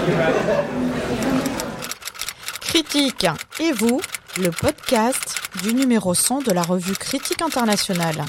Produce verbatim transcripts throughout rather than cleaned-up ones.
Critique et vous, le podcast du numéro cent de la revue Critique Internationale.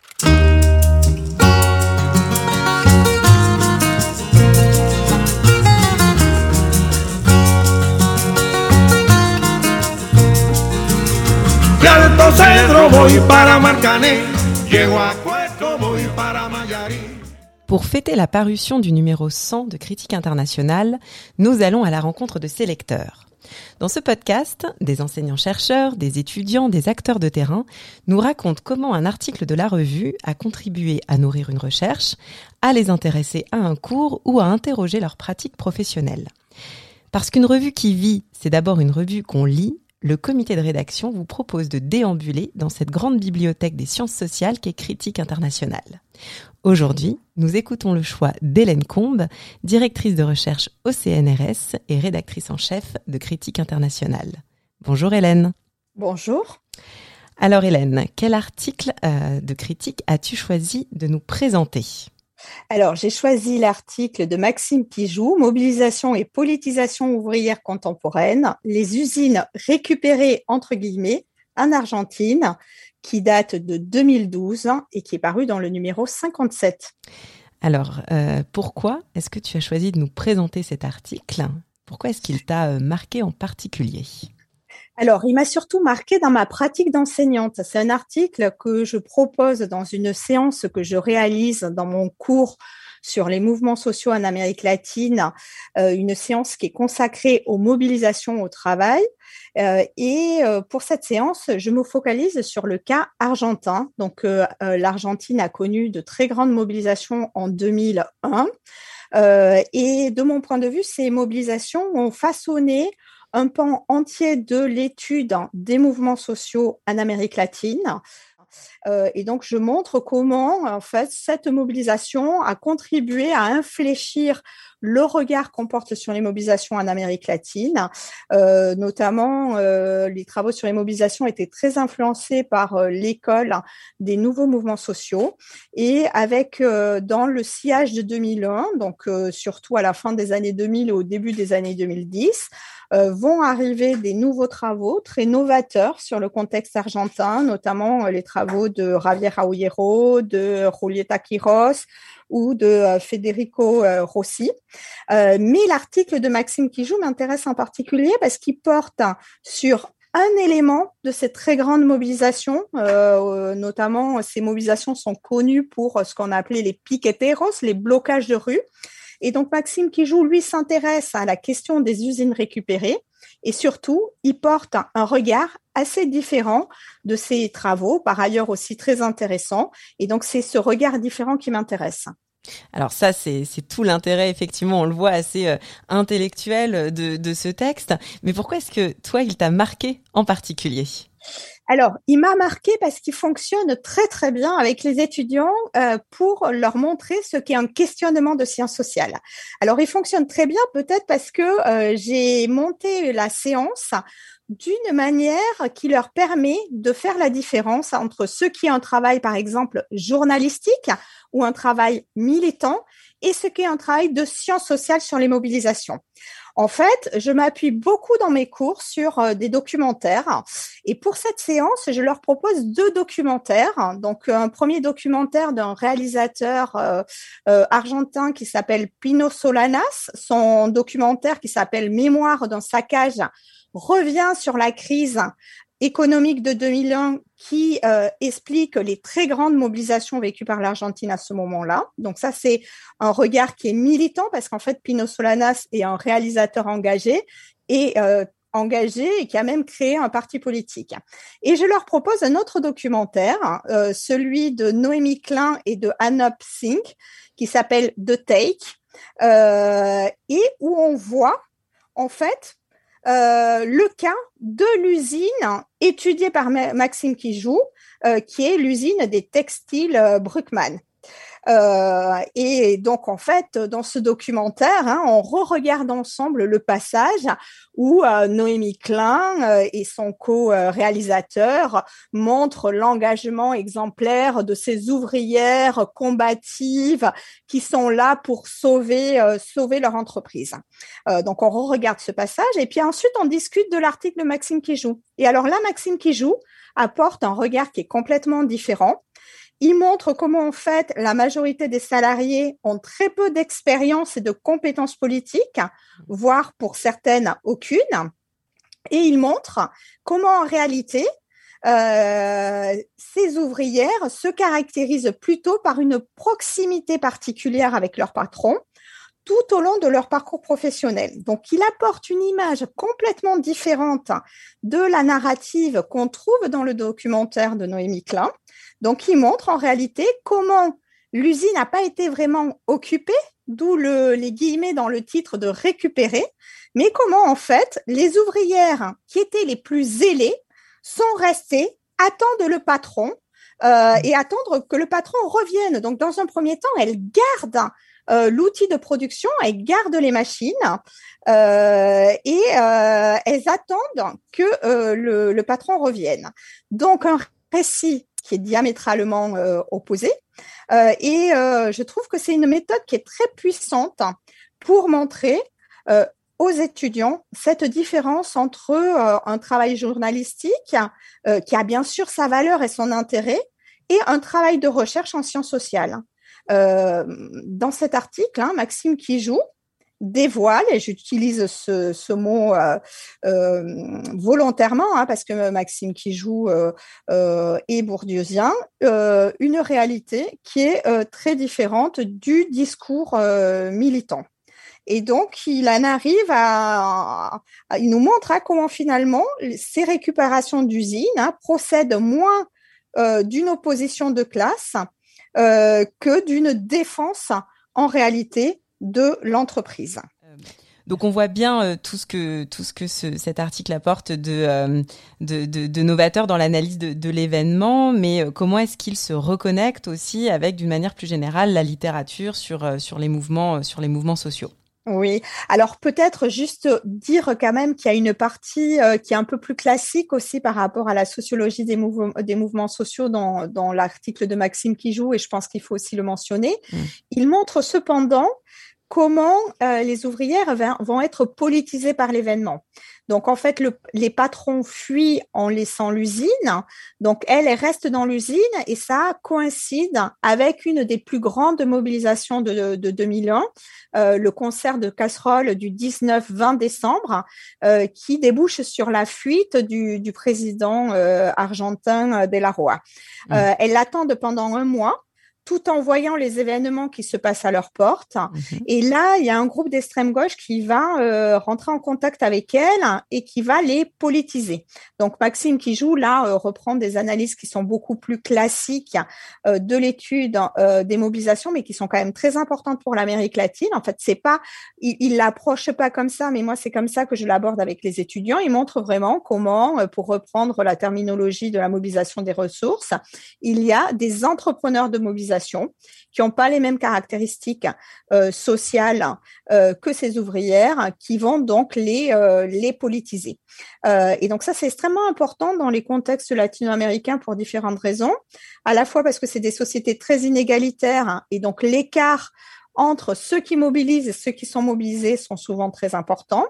De Alto Cedro voy para Marcané, llego a Cueto voy para Mayarín. Pour fêter la parution du numéro cent de Critique Internationale, nous allons à la rencontre de ses lecteurs. Dans ce podcast, des enseignants-chercheurs, des étudiants, des acteurs de terrain nous racontent comment un article de la revue a contribué à nourrir une recherche, à les intéresser à un cours ou à interroger leur pratique professionnelle. Parce qu'une revue qui vit, c'est d'abord une revue qu'on lit, le comité de rédaction vous propose de déambuler dans cette grande bibliothèque des sciences sociales qu'est Critique Internationale. Aujourd'hui, nous écoutons le choix d'Hélène Combe, directrice de recherche au C N R S et rédactrice en chef de Critique Internationale. Bonjour Hélène. Bonjour. Alors Hélène, quel article euh, de Critique as-tu choisi de nous présenter ? Alors, j'ai choisi l'article de Maxime Kijou, Mobilisation et politisation ouvrière contemporaine, les usines récupérées entre guillemets en Argentine, qui date de deux mille douze et qui est paru dans le numéro cinquante-sept. Alors, euh, pourquoi est-ce que tu as choisi de nous présenter cet article ? Pourquoi est-ce qu'il t'a marqué en particulier ? Alors, il m'a surtout marqué dans ma pratique d'enseignante. C'est un article que je propose dans une séance que je réalise dans mon cours sur les mouvements sociaux en Amérique latine, euh, une séance qui est consacrée aux mobilisations au travail. Euh, et euh, pour cette séance, je me focalise sur le cas argentin. Donc, euh, euh, l'Argentine a connu de très grandes mobilisations en deux mille un. Euh, et de mon point de vue, ces mobilisations ont façonné un pan entier de l'étude des mouvements sociaux en Amérique latine. Euh, et donc, je montre comment, en fait, cette mobilisation a contribué à infléchir le regard qu'on porte sur les mobilisations en Amérique latine. Euh, notamment, euh, les travaux sur les mobilisations étaient très influencés par euh, l'école des nouveaux mouvements sociaux. Et avec, euh, dans le sillage de deux mille un, donc euh, surtout à la fin des années deux mille et au début des années deux mille dix, euh, vont arriver des nouveaux travaux très novateurs sur le contexte argentin, notamment euh, les travaux de Javier Aullero, de Julieta Quiros ou de euh, Federico euh, Rossi. Euh, mais l'article de Maxime Kijou m'intéresse en particulier parce qu'il porte sur un élément de ces très grandes mobilisations, euh, notamment ces mobilisations sont connues pour ce qu'on a appelé les piqueteros, les blocages de rue. Et donc Maxime Kijou, lui, s'intéresse à la question des usines récupérées et surtout, il porte un regard assez différent de ces travaux, par ailleurs aussi très intéressant. Et donc, c'est ce regard différent qui m'intéresse. Alors ça, c'est, c'est tout l'intérêt, effectivement, on le voit assez euh, intellectuel de, de ce texte. Mais pourquoi est-ce que toi, il t'a marqué en particulier ? Alors, il m'a marqué parce qu'il fonctionne très, très bien avec les étudiants euh, pour leur montrer ce qu'est un questionnement de sciences sociales. Alors, il fonctionne très bien peut-être parce que euh, j'ai monté la séance d'une manière qui leur permet de faire la différence entre ce qui est un travail, par exemple, journalistique ou un travail militant et ce qui est un travail de sciences sociales sur les mobilisations. En fait, je m'appuie beaucoup dans mes cours sur euh, des documentaires et pour cette séance, je leur propose deux documentaires. Donc, un premier documentaire d'un réalisateur euh, euh, argentin qui s'appelle Pino Solanas. Son documentaire qui s'appelle Mémoire d'un saccage revient sur la crise économique de deux mille un qui euh, explique les très grandes mobilisations vécues par l'Argentine à ce moment-là. Donc ça, c'est un regard qui est militant parce qu'en fait, Pino Solanas est un réalisateur engagé et euh, engagé et qui a même créé un parti politique. Et je leur propose un autre documentaire, euh, celui de Noémie Klein et de Anup Singh, qui s'appelle The Take, euh, et où on voit, en fait, Euh, le cas de l'usine étudiée par Maxime Kijou, euh, qui est l'usine des textiles euh, Bruckmann. Euh, et donc, en fait, dans ce documentaire, hein, on re-regarde ensemble le passage où euh, Noémie Klein euh, et son co-réalisateur montrent l'engagement exemplaire de ces ouvrières combatives qui sont là pour sauver, euh, sauver leur entreprise. Euh, donc, on re-regarde ce passage et puis ensuite, on discute de l'article de Maxime Kijou. Et alors là, Maxime Kijou apporte un regard qui est complètement différent. Il montre comment, en fait, la majorité des salariés ont très peu d'expérience et de compétences politiques, voire pour certaines, aucune. Et il montre comment, en réalité, euh, ces ouvrières se caractérisent plutôt par une proximité particulière avec leur patron, tout au long de leur parcours professionnel. Donc, il apporte une image complètement différente de la narrative qu'on trouve dans le documentaire de Noémie Klein. Donc, il montre en réalité comment l'usine n'a pas été vraiment occupée, d'où le, les guillemets dans le titre de récupérer, mais comment en fait les ouvrières qui étaient les plus zélées sont restées, attendent le patron euh, et attendre que le patron revienne. Donc, dans un premier temps, elles gardent Euh, l'outil de production, elles gardent les machines euh, et euh, elles attendent que euh, le, le patron revienne. Donc, un récit qui est diamétralement euh, opposé. Euh, et euh, je trouve que c'est une méthode qui est très puissante pour montrer euh, aux étudiants cette différence entre euh, un travail journalistique euh, qui a bien sûr sa valeur et son intérêt et un travail de recherche en sciences sociales. Euh, dans cet article, hein, Maxime Kijou dévoile, et j'utilise ce, ce mot euh, euh, volontairement, hein, parce que Maxime Kijou euh, euh, est bourdieusien, euh, une réalité qui est euh, très différente du discours euh, militant. Et donc, il en arrive à, à il nous montre hein, comment finalement ces récupérations d'usines hein, procèdent moins euh, d'une opposition de classe Euh, que d'une défense en réalité de l'entreprise. Donc on voit bien euh, tout ce que tout ce que ce, cet article apporte de euh, de, de, de novateur dans l'analyse de, de l'événement, mais euh, comment est-ce qu'il se reconnecte aussi avec d'une manière plus générale la littérature sur euh, sur les mouvements euh, sur les mouvements sociaux. Oui, alors peut-être juste dire quand même qu'il y a une partie euh, qui est un peu plus classique aussi par rapport à la sociologie des, mouve- des mouvements sociaux dans, dans l'article de Maxime Kijou, et je pense qu'il faut aussi le mentionner. Mmh. Il montre cependant comment euh, les ouvrières va, vont être politisées par l'événement. Donc, en fait, le, les patrons fuient en laissant l'usine. Donc, elles, elles restent dans l'usine et ça coïncide avec une des plus grandes mobilisations de, de deux mille un, euh, le concert de casseroles du dix-neuf vingt décembre, euh, qui débouche sur la fuite du, du président euh, argentin De La Rúa. Mmh. Euh, elles l'attendent pendant un mois, tout en voyant les événements qui se passent à leur porte. Mmh. Et là, il y a un groupe d'extrême gauche qui va euh, rentrer en contact avec elles et qui va les politiser. Donc, Maxime Kijou, là, euh, reprend des analyses qui sont beaucoup plus classiques euh, de l'étude euh, des mobilisations, mais qui sont quand même très importantes pour l'Amérique latine. En fait, c'est pas, il, il l'approche pas comme ça, mais moi, c'est comme ça que je l'aborde avec les étudiants. Il montre vraiment comment, pour reprendre la terminologie de la mobilisation des ressources, il y a des entrepreneurs de mobilisation qui n'ont pas les mêmes caractéristiques euh, sociales euh, que ces ouvrières, qui vont donc les, euh, les politiser. Euh, et donc ça, c'est extrêmement important dans les contextes latino-américains pour différentes raisons, à la fois parce que c'est des sociétés très inégalitaires hein, et donc l'écart entre ceux qui mobilisent et ceux qui sont mobilisés sont souvent très importants.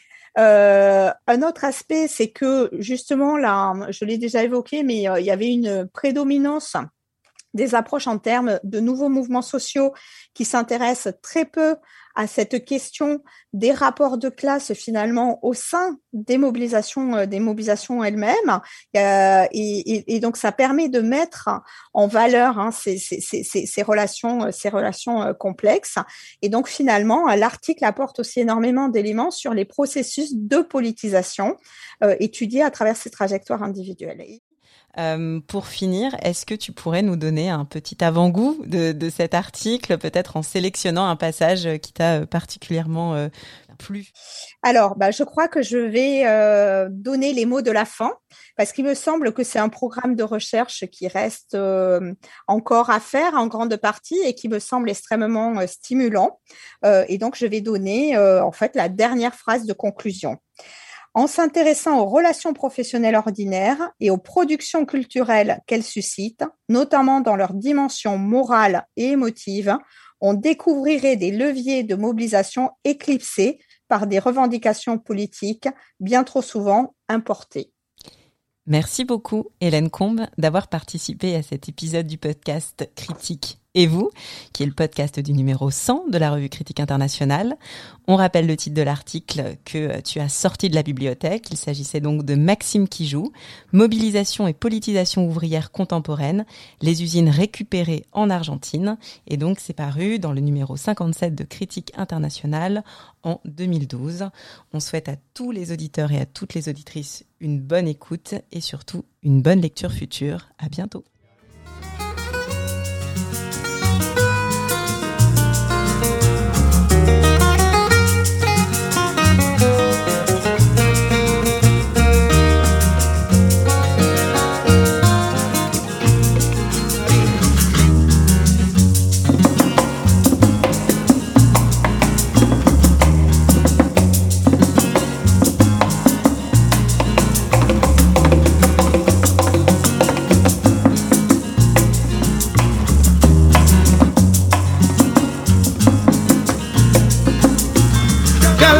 Euh, un autre aspect, c'est que justement, là, je l'ai déjà évoqué, mais euh, il y avait une prédominance des approches en termes de nouveaux mouvements sociaux qui s'intéressent très peu à cette question des rapports de classe finalement au sein des mobilisations, des mobilisations elles-mêmes. Euh, et, et, et donc ça permet de mettre en valeur hein, ces, ces, ces, ces relations, ces relations complexes. Et donc finalement, l'article apporte aussi énormément d'éléments sur les processus de politisation euh, étudiés à travers ces trajectoires individuelles. Euh, pour finir, est-ce que tu pourrais nous donner un petit avant-goût de, de cet article, peut-être en sélectionnant un passage qui t'a particulièrement euh, plu? Alors, bah, je crois que je vais euh, donner les mots de la fin, parce qu'il me semble que c'est un programme de recherche qui reste euh, encore à faire en grande partie et qui me semble extrêmement euh, stimulant. Euh, et donc, je vais donner euh, en fait la dernière phrase de conclusion. En s'intéressant aux relations professionnelles ordinaires et aux productions culturelles qu'elles suscitent, notamment dans leur dimension morale et émotive, on découvrirait des leviers de mobilisation éclipsés par des revendications politiques bien trop souvent importées. Merci beaucoup, Hélène Combe, d'avoir participé à cet épisode du podcast Critique et vous, qui est le podcast du numéro cent de la revue Critique Internationale. On rappelle le titre de l'article que tu as sorti de la bibliothèque. Il s'agissait donc de Maxime Kijou, Mobilisation et politisation ouvrière contemporaine, les usines récupérées en Argentine. Et donc, c'est paru dans le numéro cinquante-sept de Critique Internationale en deux mille douze. On souhaite à tous les auditeurs et à toutes les auditrices une bonne écoute et surtout une bonne lecture future. À bientôt.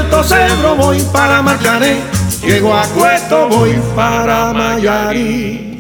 Cebro voy para Marcané, llego a Cueto voy para Mayarí.